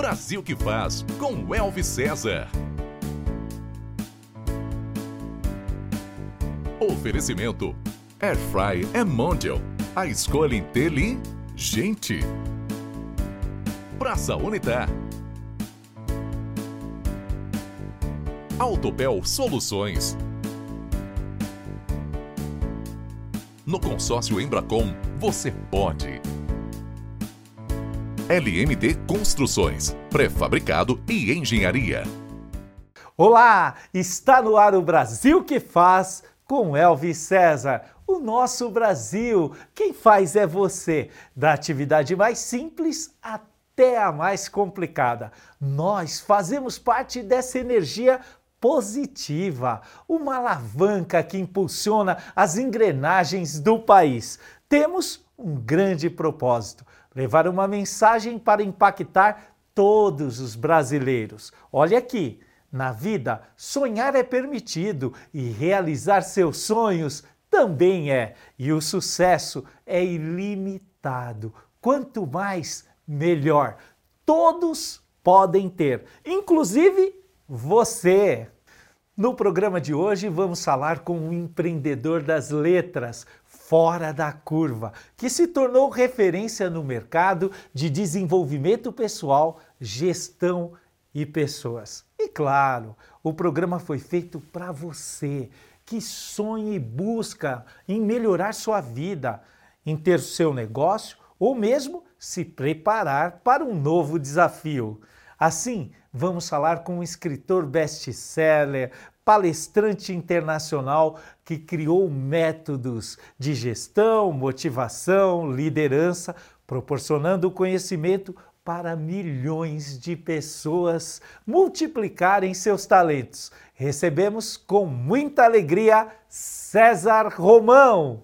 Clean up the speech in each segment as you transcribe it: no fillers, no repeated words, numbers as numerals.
Brasil que Faz, com Elvis César. Oferecimento Airfry é Mondial, a escolha inteligente. Praça Unitar. Autopel Soluções. No consórcio Embracon, você pode. LMD Construções, pré-fabricado e engenharia. Olá, está no ar o Brasil que Faz com Elvis César. O nosso Brasil, quem faz é você, da atividade mais simples até a mais complicada. Nós fazemos parte dessa energia positiva, uma alavanca que impulsiona as engrenagens do país. Temos um grande propósito: levar uma mensagem para impactar todos os brasileiros. Olha aqui, na vida, sonhar é permitido e realizar seus sonhos também é. E o sucesso é ilimitado. Quanto mais, melhor. Todos podem ter, inclusive você. No programa de hoje vamos falar com um empreendedor das letras, fora da curva, que se tornou referência no mercado de desenvolvimento pessoal, gestão e pessoas. E claro, o programa foi feito para você que sonha e busca em melhorar sua vida, em ter seu negócio ou mesmo se preparar para um novo desafio. Assim, vamos falar com um escritor best-seller, palestrante internacional que criou métodos de gestão, motivação, liderança, proporcionando conhecimento para milhões de pessoas multiplicarem seus talentos. Recebemos com muita alegria César Romão.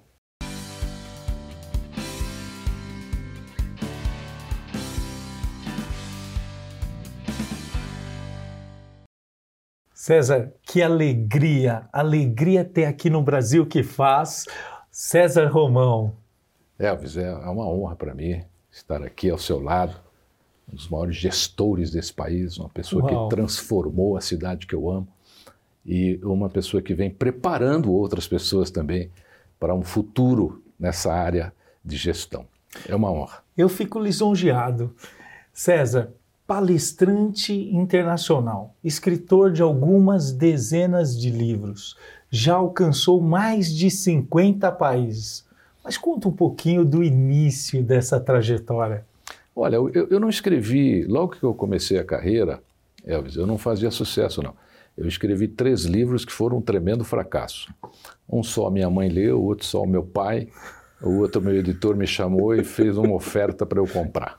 César, que alegria ter aqui no Brasil que Faz, César Romão. Elvis, é uma honra para mim estar aqui ao seu lado, um dos maiores gestores desse país, uma pessoa que transformou a cidade que eu amo e uma pessoa que vem preparando outras pessoas também para um futuro nessa área de gestão. É uma honra. Eu fico lisonjeado. César, palestrante internacional, escritor de algumas dezenas de livros, já alcançou mais de 50 países. Mas conta um pouquinho do início dessa trajetória. Olha, eu não escrevi, logo que eu comecei a carreira, Elvis, eu não fazia sucesso não. Eu escrevi 3 livros que foram um tremendo fracasso. Um só minha mãe leu, o outro só o meu pai, o outro meu editor me chamou e fez uma oferta para eu comprar.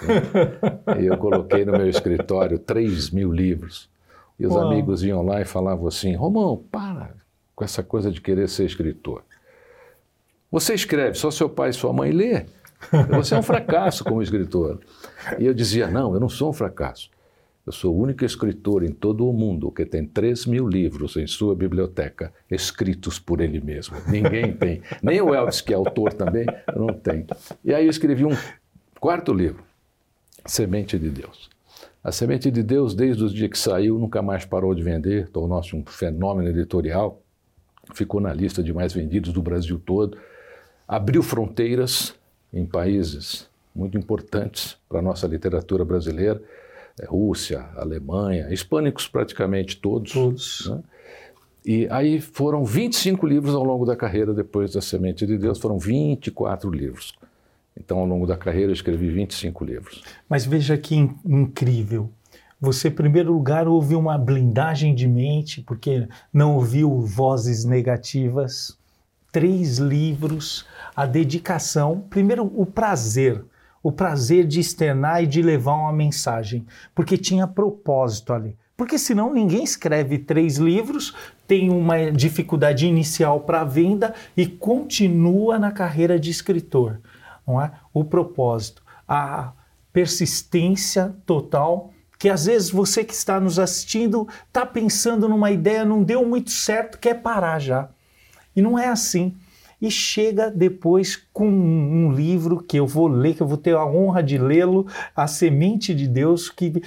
E eu coloquei no meu escritório 3.000 livros. E os amigos iam lá e falavam assim: Romão, para com essa coisa de querer ser escritor. Você escreve, só seu pai e sua mãe lê. Você é um fracasso como escritor. E eu dizia: não, eu não sou um fracasso. Eu sou o único escritor em todo o mundo que tem 3.000 livros em sua biblioteca escritos por ele mesmo. Ninguém tem. Nem o Elvis, que é autor também, não tem. E aí eu escrevi um 4º livro, Semente de Deus. A Semente de Deus, desde os dias que saiu, nunca mais parou de vender, tornou-se um fenômeno editorial, ficou na lista de mais vendidos do Brasil todo, abriu fronteiras em países muito importantes para a nossa literatura brasileira, Rússia, Alemanha, hispânicos praticamente todos. Né? E aí foram 25 livros ao longo da carreira, depois da Semente de Deus, foram 24 livros. Então, ao longo da carreira, eu escrevi 25 livros. Mas veja que incrível. Você, em primeiro lugar, ouviu uma blindagem de mente, porque não ouviu vozes negativas. 3 livros, a dedicação. Primeiro, o prazer de externar e de levar uma mensagem, porque tinha propósito ali. Porque senão ninguém escreve 3 livros, tem uma dificuldade inicial para a venda e continua na carreira de escritor. Não é? O propósito, a persistência total, que às vezes você que está nos assistindo está pensando numa ideia, não deu muito certo, quer parar já. E não é assim. e chega depois com um livro que eu vou ler, que eu vou ter a honra de lê-lo, A Semente de Deus, que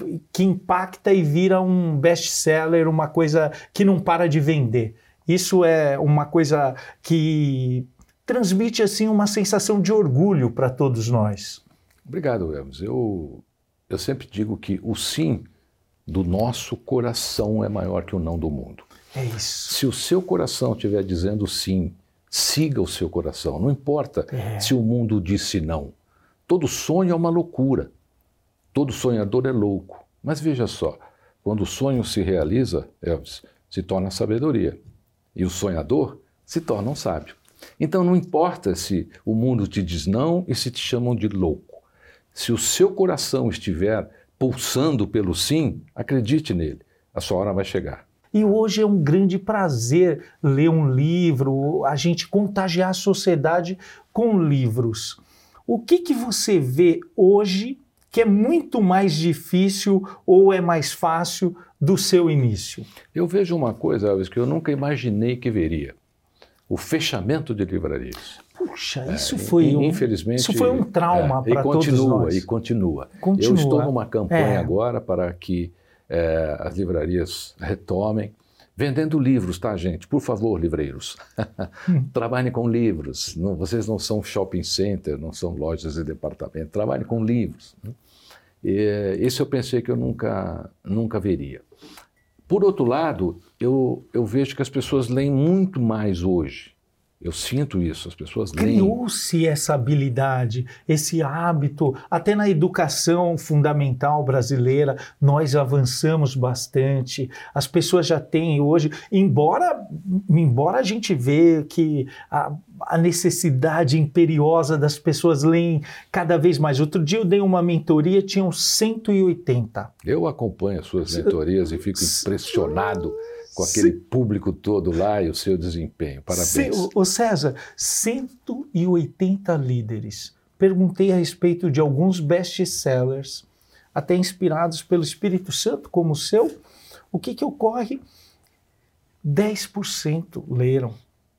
impacta e vira um best-seller, uma coisa que não para de vender. Isso é uma coisa que transmite assim uma sensação de orgulho para todos nós. Obrigado, Elvis. Eu sempre digo que o sim do nosso coração é maior que o não do mundo. É isso. Se o seu coração estiver dizendo sim, siga o seu coração. Não importa se o mundo disse não. Todo sonho é uma loucura. Todo sonhador é louco. Mas veja só, quando o sonho se realiza, Elvis, se torna sabedoria. E o sonhador se torna um sábio. Então não importa se o mundo te diz não e se te chamam de louco. Se o seu coração estiver pulsando pelo sim, acredite nele, a sua hora vai chegar. E hoje é um grande prazer ler um livro, a gente contagiar a sociedade com livros. O que você vê hoje que é muito mais difícil ou é mais fácil do seu início? Eu vejo uma coisa, Elvis, que eu nunca imaginei que veria. O fechamento de livrarias. Puxa, isso foi um trauma para todos nós. E continua. Eu estou numa campanha agora para que as livrarias retomem, vendendo livros, tá, gente? Por favor, livreiros, trabalhem com livros. Não, vocês não são shopping center, não são lojas de departamento, trabalhem com livros. Isso eu pensei que eu nunca veria. Por outro lado, eu vejo que as pessoas leem muito mais hoje. Eu sinto isso, as pessoas leem. Criou-se essa habilidade, esse hábito, até na educação fundamental brasileira, nós avançamos bastante, as pessoas já têm hoje, embora a gente vê que a necessidade imperiosa das pessoas leem cada vez mais. Outro dia eu dei uma mentoria, tinham 180. Eu acompanho as suas mentorias e fico impressionado com aquele público todo lá e o seu desempenho. Parabéns. Ô César, 180 líderes. Perguntei a respeito de alguns best-sellers, até inspirados pelo Espírito Santo, como o seu. O que ocorre? 10% leram,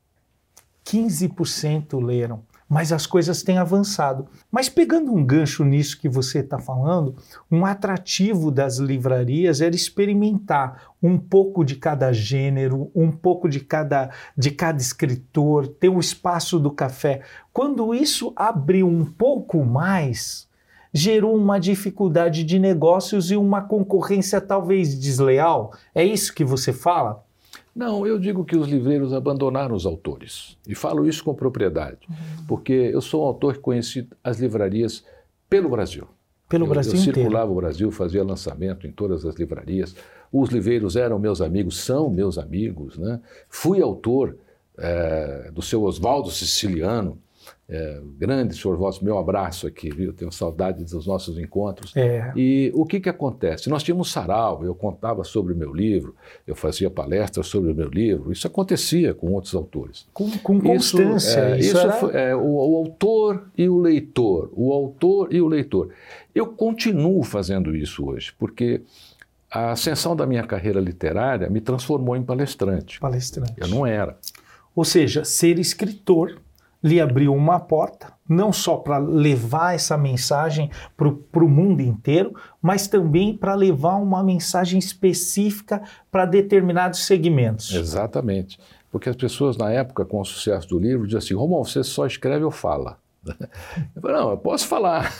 15% leram, mas as coisas têm avançado. Mas pegando um gancho nisso que você está falando, um atrativo das livrarias era experimentar um pouco de cada gênero, um pouco de cada escritor, ter o espaço do café. Quando isso abriu um pouco mais, gerou uma dificuldade de negócios e uma concorrência talvez desleal. É isso que você fala? Não, eu digo que os livreiros abandonaram os autores. E falo isso com propriedade, porque eu sou um autor que conheci as livrarias pelo Brasil. Pelo Brasil inteiro. Eu circulava o Brasil, fazia lançamento em todas as livrarias. Os livreiros eram meus amigos, são meus amigos, né? Fui autor do seu Oswaldo Siciliano, grande senhor vosso, meu abraço aqui, viu? Tenho saudade dos nossos encontros. E o que acontece? Nós tínhamos sarau, eu contava sobre o meu livro, eu fazia palestras sobre o meu livro, isso acontecia com outros autores. Com constância. Isso era... o autor e o leitor, o autor e o leitor. Eu continuo fazendo isso hoje, porque a ascensão da minha carreira literária me transformou em palestrante. Eu não era. Ou seja, ser escritor lhe abriu uma porta, não só para levar essa mensagem para o mundo inteiro, mas também para levar uma mensagem específica para determinados segmentos. Exatamente. Porque as pessoas, na época, com o sucesso do livro, diziam assim: Romão, você só escreve ou fala? Eu falei, não, eu posso falar.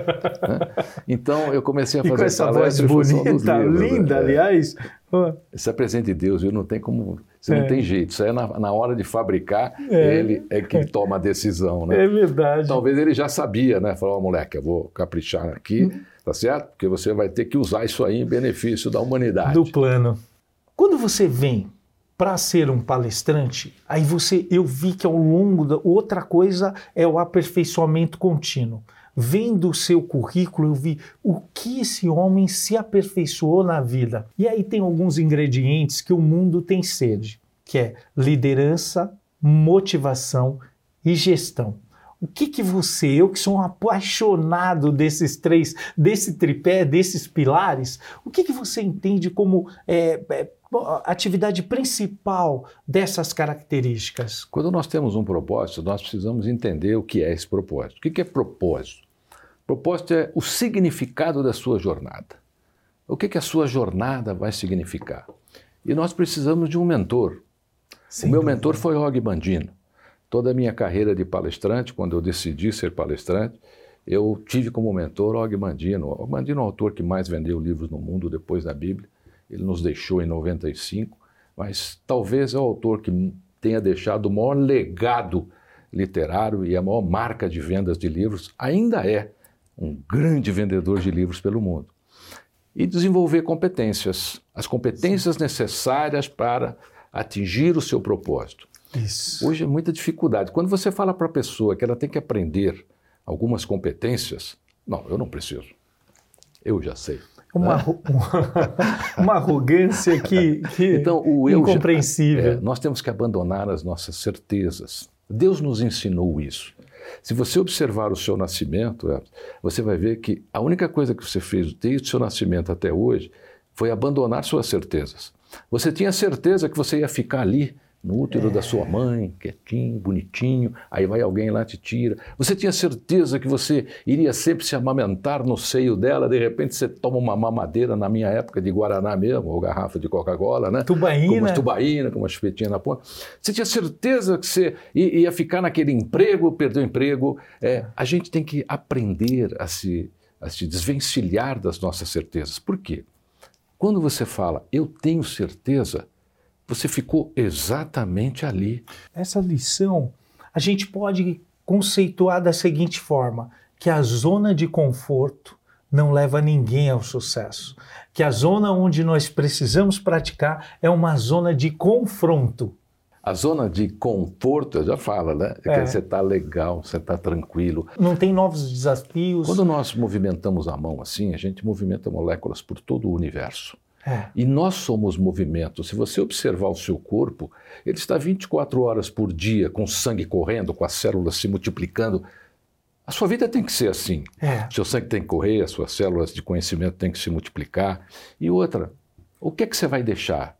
Então eu comecei a fazer com essa voz bonita, linda, aliás. Isso é presente de Deus, viu? Não tem como, você não tem jeito. Isso aí é na hora de fabricar, ele é que toma a decisão, né? É verdade. Talvez ele já sabia, né? Falou, moleque, eu vou caprichar aqui, tá certo? Porque você vai ter que usar isso aí em benefício da humanidade. Do plano. Quando você vem para ser um palestrante, aí eu vi que ao longo outra coisa é o aperfeiçoamento contínuo. Vendo o seu currículo, eu vi o que esse homem se aperfeiçoou na vida. E aí tem alguns ingredientes que o mundo tem sede, que é liderança, motivação e gestão. O que você, eu que sou um apaixonado desse tripé, desses pilares, o que você entende como a atividade principal dessas características? Quando nós temos um propósito, nós precisamos entender o que é esse propósito. O que é propósito? Propósito é o significado da sua jornada. O que a sua jornada vai significar? E nós precisamos de um mentor. O meu mentor foi Og Mandino. Toda a minha carreira de palestrante, quando eu decidi ser palestrante, eu tive como mentor Og Mandino. Og Mandino é o autor que mais vendeu livros no mundo depois da Bíblia. Ele nos deixou em 95, mas talvez é o autor que tenha deixado o maior legado literário e a maior marca de vendas de livros. Ainda é um grande vendedor de livros pelo mundo. E desenvolver competências, as competências necessárias para atingir o seu propósito. Isso. Hoje é muita dificuldade. Quando você fala para a pessoa que ela tem que aprender algumas competências, não, eu não preciso. Eu já sei. Uma arrogância que então, incompreensível. Nós temos que abandonar as nossas certezas. Deus nos ensinou isso. Se você observar o seu nascimento, você vai ver que a única coisa que você fez desde o seu nascimento até hoje foi abandonar suas certezas. Você tinha certeza que você ia ficar ali no útero da sua mãe, quietinho, bonitinho, aí vai alguém lá te tira. Você tinha certeza que você iria sempre se amamentar no seio dela, de repente você toma uma mamadeira, na minha época de Guaraná mesmo, ou garrafa de Coca-Cola, né? Tubaína. Com uma chupetinha na ponta. Você tinha certeza que você ia ficar naquele emprego, perder o emprego. A gente tem que aprender a se desvencilhar das nossas certezas. Por quê? Quando você fala, eu tenho certeza, você ficou exatamente ali. Essa lição a gente pode conceituar da seguinte forma, que a zona de conforto não leva ninguém ao sucesso, que a zona onde nós precisamos praticar é uma zona de confronto. A zona de conforto, já fala, né? Que você está legal, você está tranquilo. Não tem novos desafios. Quando nós movimentamos a mão assim, a gente movimenta moléculas por todo o universo. E nós somos movimento. Se você observar o seu corpo, ele está 24 horas por dia com o sangue correndo, com as células se multiplicando. A sua vida tem que ser assim. O seu sangue tem que correr, as suas células de conhecimento têm que se multiplicar. E outra, o que é que você vai deixar?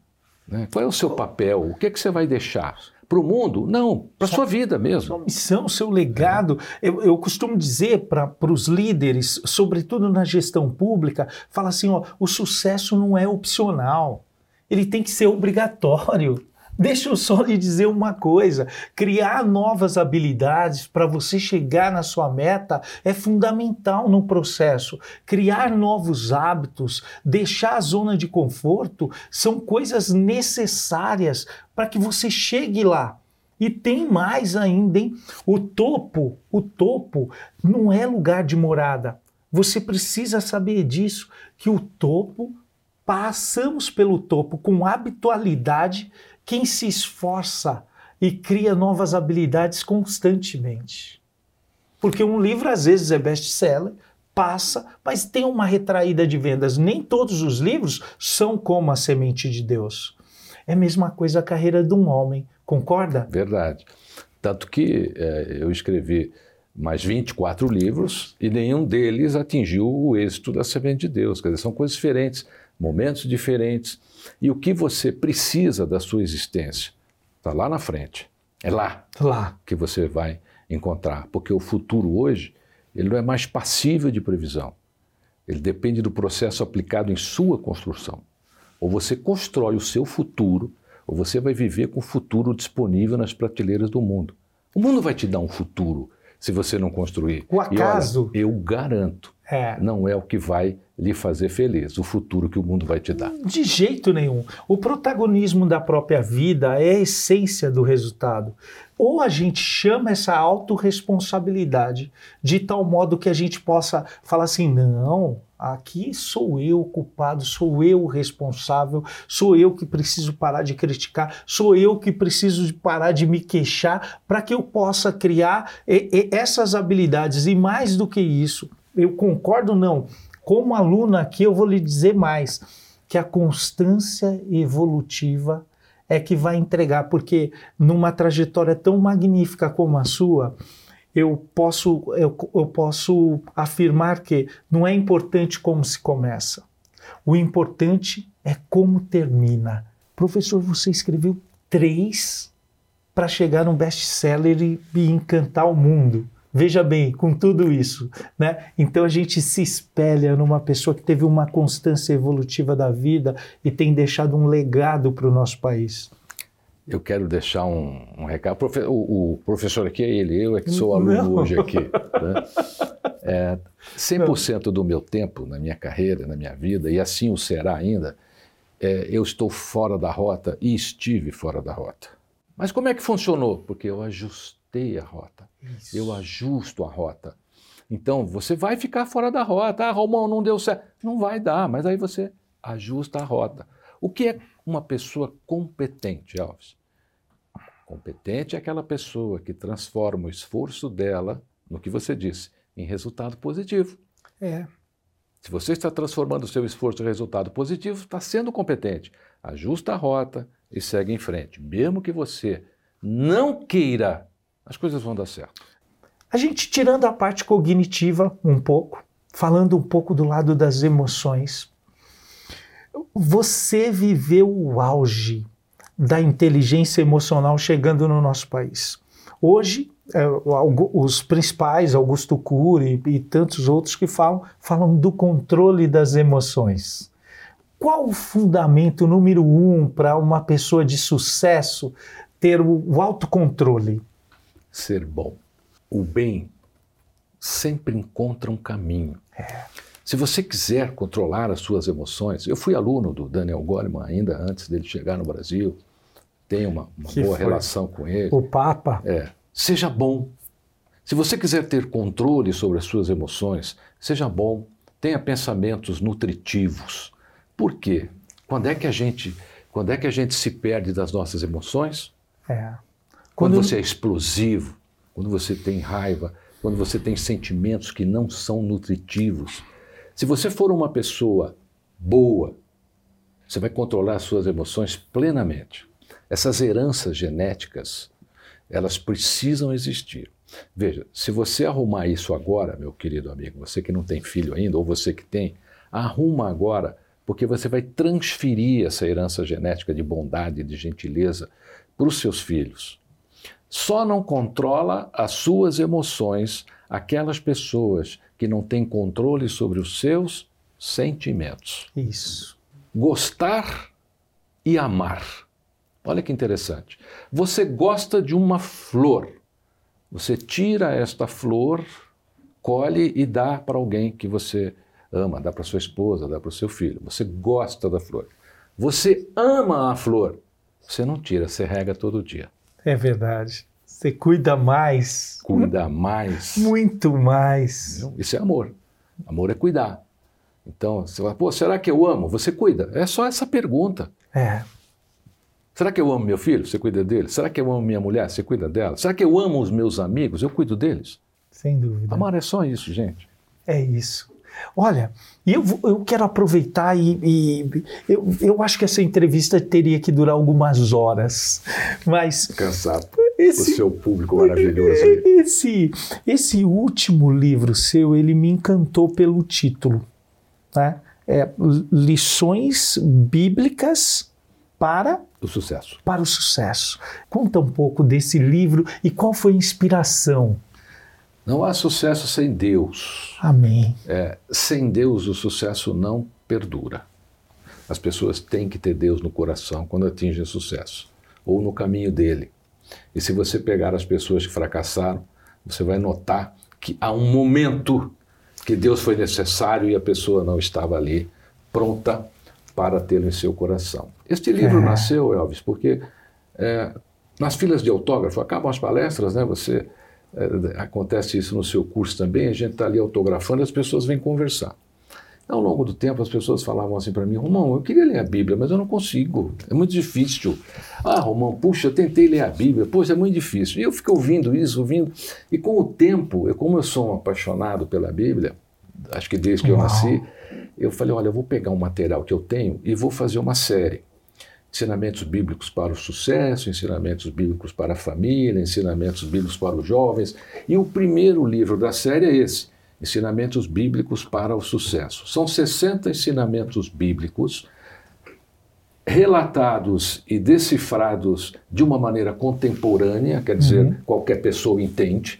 Né? Qual é o seu papel? O que é que você vai deixar? Para o mundo? Não, para a sua vida mesmo. Sua missão, seu legado. Eu costumo dizer para os líderes, sobretudo na gestão pública, fala assim, o sucesso não é opcional, ele tem que ser obrigatório. Deixa eu só lhe dizer uma coisa, criar novas habilidades para você chegar na sua meta é fundamental no processo. Criar novos hábitos, deixar a zona de conforto são coisas necessárias para que você chegue lá. E tem mais ainda, hein? O topo não é lugar de morada. Você precisa saber disso, que o topo, passamos pelo topo com habitualidade. Quem se esforça e cria novas habilidades constantemente. Porque um livro às vezes é best-seller, passa, mas tem uma retraída de vendas. Nem todos os livros são como a semente de Deus. É a mesma coisa a carreira de um homem, concorda? Verdade. Tanto que eu escrevi mais 24 livros e nenhum deles atingiu o êxito da semente de Deus. Quer dizer, são coisas diferentes, momentos diferentes. E o que você precisa da sua existência está lá na frente. É lá que você vai encontrar. Porque o futuro hoje, ele não é mais passível de previsão. Ele depende do processo aplicado em sua construção. Ou você constrói o seu futuro, ou você vai viver com o futuro disponível nas prateleiras do mundo. O mundo vai te dar um futuro se você não construir. O acaso. E olha, eu garanto, não é o que vai lhe fazer feliz, o futuro que o mundo vai te dar. De jeito nenhum. O protagonismo da própria vida é a essência do resultado. Ou a gente chama essa autorresponsabilidade de tal modo que a gente possa falar assim, não, aqui sou eu o culpado, sou eu o responsável, sou eu que preciso parar de criticar, sou eu que preciso parar de me queixar para que eu possa criar essas habilidades. E mais do que isso, eu concordo não, como aluno aqui eu vou lhe dizer mais, que a constância evolutiva é que vai entregar, porque numa trajetória tão magnífica como a sua, eu posso afirmar que não é importante como se começa. O importante é como termina. Professor, você escreveu 3 para chegar num best-seller e encantar o mundo. Veja bem, com tudo isso, né? Então a gente se espelha numa pessoa que teve uma constância evolutiva da vida e tem deixado um legado para o nosso país. Eu quero deixar um recado. O professor aqui é ele, eu é que sou aluno hoje aqui. Né? 100% do meu tempo, na minha carreira, na minha vida, e assim o será ainda, eu estou fora da rota e estive fora da rota. Mas como é que funcionou? Porque eu ajustei a rota. Isso. Eu ajusto a rota. Então, você vai ficar fora da rota. Ah, Romão, não deu certo. Não vai dar, mas aí você ajusta a rota. O que é uma pessoa competente, Elvis? Competente é aquela pessoa que transforma o esforço dela, no que você disse, em resultado positivo. Se você está transformando o seu esforço em resultado positivo, está sendo competente. Ajusta a rota e segue em frente. Mesmo que você não queira, as coisas vão dar certo. A gente tirando a parte cognitiva um pouco, falando um pouco do lado das emoções, você viveu o auge da inteligência emocional chegando no nosso país. Hoje, os principais, Augusto Cury e tantos outros que falam do controle das emoções. Qual o fundamento número 1 para uma pessoa de sucesso ter o autocontrole? Ser bom. O bem sempre encontra um caminho. Se você quiser controlar as suas emoções, eu fui aluno do Daniel Goleman ainda antes dele chegar no Brasil, tenho uma boa relação com ele. O Papa. Seja bom. Se você quiser ter controle sobre as suas emoções, seja bom, tenha pensamentos nutritivos. Por quê? Quando é que a gente se perde das nossas emoções? Quando você é explosivo, quando você tem raiva, quando você tem sentimentos que não são nutritivos. Se você for uma pessoa boa, você vai controlar as suas emoções plenamente. Essas heranças genéticas, elas precisam existir. Veja, se você arrumar isso agora, meu querido amigo, você que não tem filho ainda, ou você que tem, arruma agora, porque você vai transferir essa herança genética de bondade e de gentileza para os seus filhos. Só não controla as suas emoções aquelas pessoas que não têm controle sobre os seus sentimentos. Isso. Gostar e amar. Olha que interessante. Você gosta de uma flor. Você tira esta flor, colhe e dá para alguém que você ama, dá para sua esposa, dá para o seu filho. Você gosta da flor. Você ama a flor. Você não tira, você rega todo dia. É verdade. Você cuida mais. Cuida mais. Muito mais. Isso é amor. Amor é cuidar. Então, você fala, pô, será que eu amo? Você cuida. É só essa pergunta. Será que eu amo meu filho? Você cuida dele. Será que eu amo minha mulher? Você cuida dela. Será que eu amo os meus amigos? Eu cuido deles. Sem dúvida. Amar é só isso, gente. É isso. Olha, eu quero aproveitar eu acho que essa entrevista teria que durar algumas horas, mas... Cansado. O seu público maravilhoso. Esse último livro seu, ele me encantou pelo título, né? Lições Bíblicas para o sucesso. Para o sucesso. Conta um pouco desse livro e qual foi a inspiração. Não há sucesso sem Deus. Amém. Sem Deus o sucesso não perdura. As pessoas têm que ter Deus no coração quando atingem sucesso, ou no caminho dele. E se você pegar as pessoas que fracassaram, você vai notar que há um momento que Deus foi necessário e a pessoa não estava ali pronta para tê-lo em seu coração. Este livro nasceu, Elvis, porque nas filas de autógrafo, acabam as palestras, né? Acontece isso no seu curso também, a gente está ali autografando e as pessoas vêm conversar. Ao longo do tempo as pessoas falavam assim para mim, Romão, eu queria ler a Bíblia, mas eu não consigo, é muito difícil. Ah, Romão, puxa, eu tentei ler a Bíblia, poxa, é muito difícil. E eu fico ouvindo, e com o tempo, como eu sou um apaixonado pela Bíblia, acho que desde que eu nasci, eu falei, olha, eu vou pegar um material que eu tenho e vou fazer uma série. ensinamentos bíblicos para o sucesso, ensinamentos bíblicos para a família, ensinamentos bíblicos para os jovens. E o primeiro livro da série é esse, Ensinamentos Bíblicos para o Sucesso. São 60 ensinamentos bíblicos relatados e decifrados de uma maneira contemporânea, quer dizer, qualquer pessoa entende,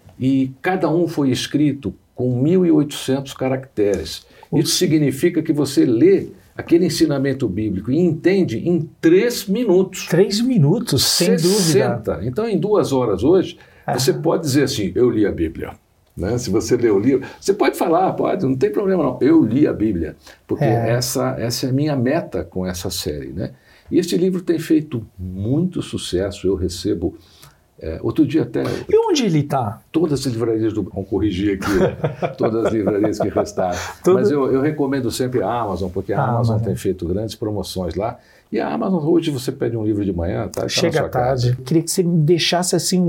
e cada um foi escrito com 1.800 caracteres. Isso significa que você lê aquele ensinamento bíblico e entende em 3 minutos. 3 minutos, sem 60. dúvida. Então, em 2 horas hoje, você pode dizer assim, eu li a Bíblia. Né? Se você lê o livro, você pode falar, pode, não tem problema não, eu li a Bíblia, porque essa é a minha meta com essa série. Né? E este livro tem feito muito sucesso, eu recebo, outro dia até... E onde ele está? Todas as livrarias, vamos corrigir aqui, né? Todas as livrarias que restaram. Mas eu recomendo sempre a Amazon, porque a Amazon tem feito grandes promoções lá. E a Amazon, hoje você pede um livro de manhã, tá? Chega à tarde. Eu queria que você me deixasse assim,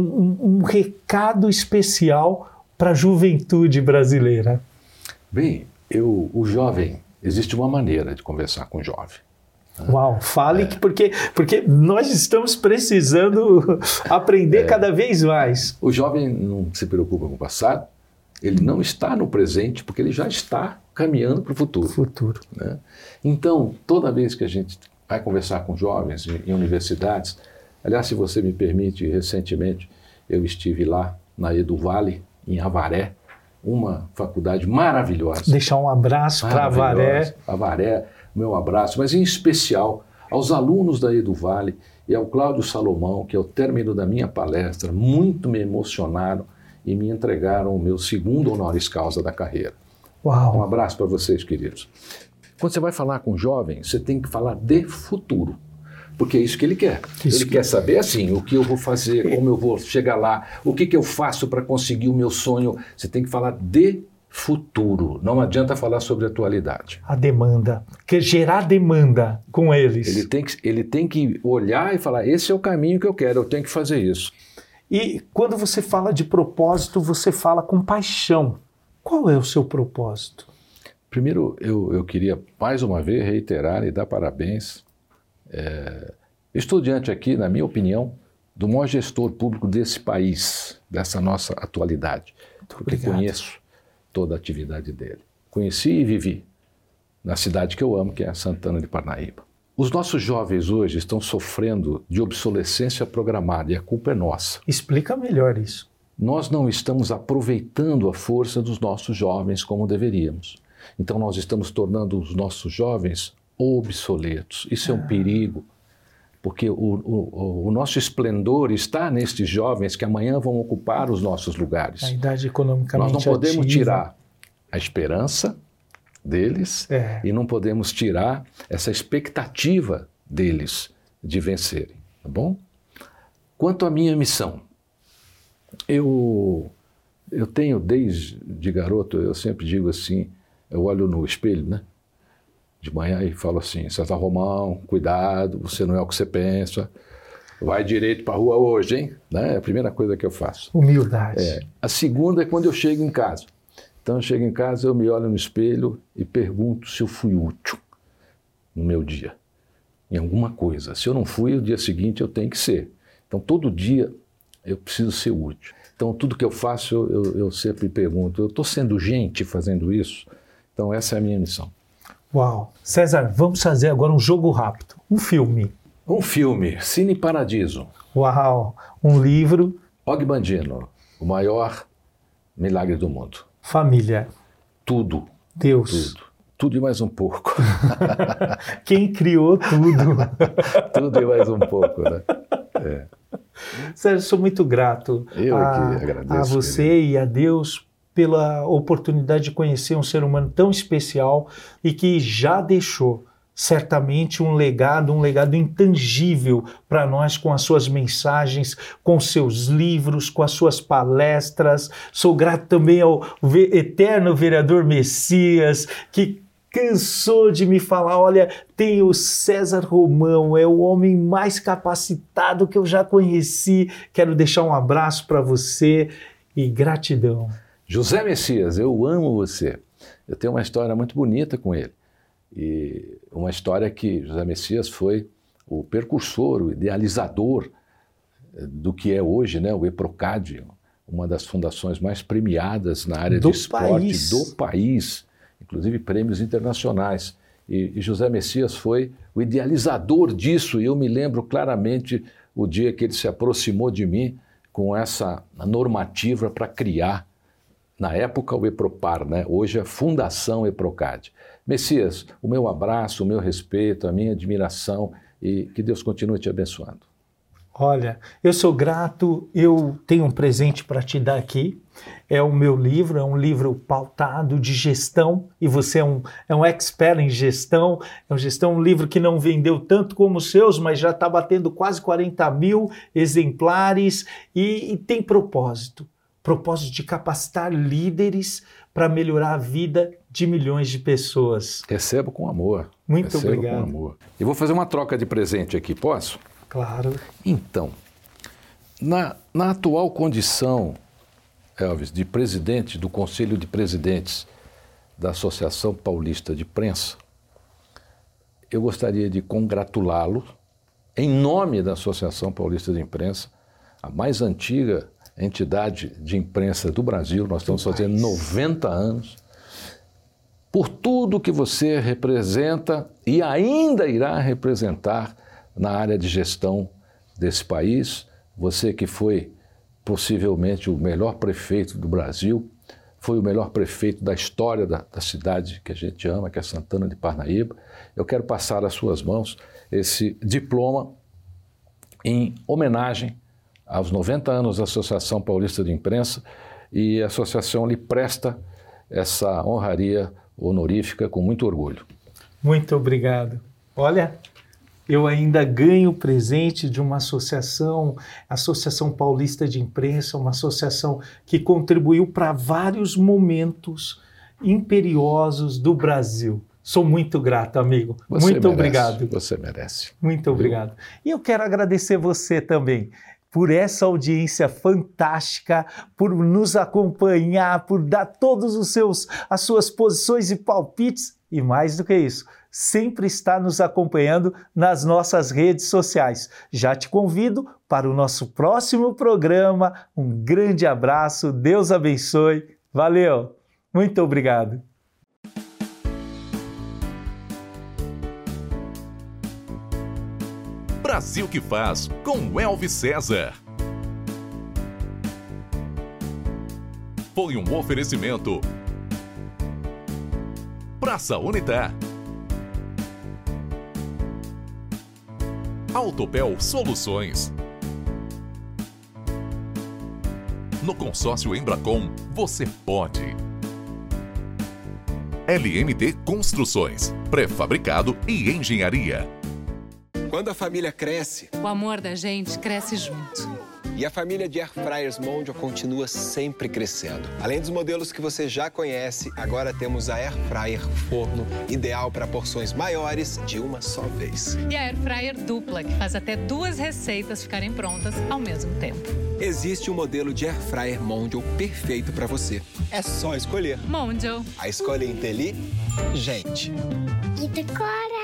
um recado especial para a juventude brasileira. Bem, o jovem, existe uma maneira de conversar com o jovem. Uau, fale porque nós estamos precisando aprender cada vez mais. O jovem não se preocupa com o passado, ele não está no presente, porque ele já está caminhando para o futuro. Né? Então, toda vez que a gente vai conversar com jovens em universidades, aliás, se você me permite, recentemente eu estive lá na EduVale, em Avaré, uma faculdade maravilhosa. Deixar um abraço para Avaré. Avaré, meu abraço, mas em especial aos alunos da EduVale e ao Cláudio Salomão, que ao término da minha palestra, muito me emocionaram e me entregaram o meu 2º honoris causa da carreira. Uau. Um abraço para vocês, queridos. Quando você vai falar com um jovem, você tem que falar de futuro. Porque é isso que ele quer. Ele quer saber, assim, o que eu vou fazer, como eu vou chegar lá, o que eu faço para conseguir o meu sonho. Você tem que falar de futuro. Não adianta falar sobre atualidade. A demanda. Quer gerar demanda com eles. Ele tem que olhar e falar, esse é o caminho que eu quero, eu tenho que fazer isso. E quando você fala de propósito, você fala com paixão. Qual é o seu propósito? Primeiro, eu queria mais uma vez reiterar e dar parabéns. Estou diante aqui, na minha opinião, do maior gestor público desse país, dessa nossa atualidade. Porque conheço toda a atividade dele. Conheci e vivi na cidade que eu amo, que é Santana de Parnaíba. Os nossos jovens hoje estão sofrendo de obsolescência programada e a culpa é nossa. Explica melhor isso. Nós não estamos aproveitando a força dos nossos jovens como deveríamos. Então nós estamos tornando os nossos jovens obsoletos. Isso é um perigo, porque o nosso esplendor está nestes jovens que amanhã vão ocupar os nossos lugares. A idade economicamente nós não podemos ativa. tirar a esperança deles e não podemos tirar essa expectativa deles de vencerem, tá bom? Quanto à minha missão, eu tenho desde garoto, eu sempre digo assim, eu olho no espelho, né? De manhã e falo assim, César Romão, cuidado, você não é o que você pensa, vai direito para a rua hoje, hein? Né? É a primeira coisa que eu faço. Humildade. A segunda é quando eu chego em casa. Então eu chego em casa, eu me olho no espelho e pergunto se eu fui útil no meu dia, em alguma coisa. Se eu não fui, o dia seguinte eu tenho que ser. Então todo dia eu preciso ser útil. Então tudo que eu faço, eu sempre pergunto, eu estou sendo gente fazendo isso? Então essa é a minha missão. Uau! César, vamos fazer agora um jogo rápido. Um filme. Um filme, Cine Paradiso. Uau! Um livro. Og Mandino, o maior milagre do mundo. Família. Tudo. Deus. Tudo e mais um pouco. Quem criou tudo. Tudo e mais um pouco, né? Sérgio, sou muito grato Eu que agradeço a você e a Deus pela oportunidade de conhecer um ser humano tão especial e que já deixou certamente um legado intangível para nós com as suas mensagens, com seus livros, com as suas palestras. Sou grato também ao eterno vereador Messias, que cansou de me falar, olha, tem o César Romão, é o homem mais capacitado que eu já conheci. Quero deixar um abraço para você e gratidão. José Messias, eu amo você. Eu tenho uma história muito bonita com ele. E uma história que José Messias foi o precursor, o idealizador do que é hoje, né, o EPROCAD, uma das fundações mais premiadas na área de esporte do país, inclusive prêmios internacionais. E José Messias foi o idealizador disso, e eu me lembro claramente o dia que ele se aproximou de mim com essa normativa para criar, na época, o EPROPAR, né? Hoje a Fundação EPROCAD. Messias, o meu abraço, o meu respeito, a minha admiração, e que Deus continue te abençoando. Olha, eu sou grato, eu tenho um presente para te dar aqui, é o meu livro, é um livro pautado de gestão, e você é um expert em gestão, um livro que não vendeu tanto como os seus, mas já está batendo quase 40 mil exemplares, e tem propósito de capacitar líderes para melhorar a vida de milhões de pessoas. Recebo com amor. Muito obrigado. Com amor. Eu vou fazer uma troca de presente aqui, posso? Claro. Então, na atual condição, Elvis, de presidente do Conselho de Presidentes da Associação Paulista de Imprensa, eu gostaria de congratulá-lo, em nome da Associação Paulista de Imprensa, a mais antiga entidade de imprensa do Brasil, nós estamos fazendo 90 anos, por tudo que você representa e ainda irá representar na área de gestão desse país. Você que foi possivelmente o melhor prefeito do Brasil, foi o melhor prefeito da história da cidade que a gente ama, que é Santana de Parnaíba. Eu quero passar às suas mãos esse diploma em homenagem aos 90 anos da Associação Paulista de Imprensa, e a associação lhe presta essa honraria honorífica com muito orgulho. Muito obrigado. Olha, eu ainda ganho presente de uma associação, a Associação Paulista de Imprensa, uma associação que contribuiu para vários momentos imperiosos do Brasil. Sou muito grato, amigo. Muito obrigado. Você merece. Muito obrigado. E eu quero agradecer você também por essa audiência fantástica, por nos acompanhar, por dar todos as suas posições e palpites, e mais do que isso, sempre está nos acompanhando nas nossas redes sociais. Já te convido para o nosso próximo programa. Um grande abraço, Deus abençoe, valeu, muito obrigado. Brasil que Faz, com Elvis César. Foi um oferecimento. Praça Unitar. Autopel Soluções. No consórcio Embracon, você pode. LMT Construções, pré-fabricado e engenharia. Quando a família cresce, o amor da gente cresce junto. E a família de Air Fryers Mondial continua sempre crescendo. Além dos modelos que você já conhece, agora temos a Air Fryer Forno, ideal para porções maiores de uma só vez. E a Air Fryer Dupla, que faz até 2 receitas ficarem prontas ao mesmo tempo. Existe um modelo de Air Fryer Mondial perfeito para você. É só escolher. Mondial. A escolha inteligente. E decora.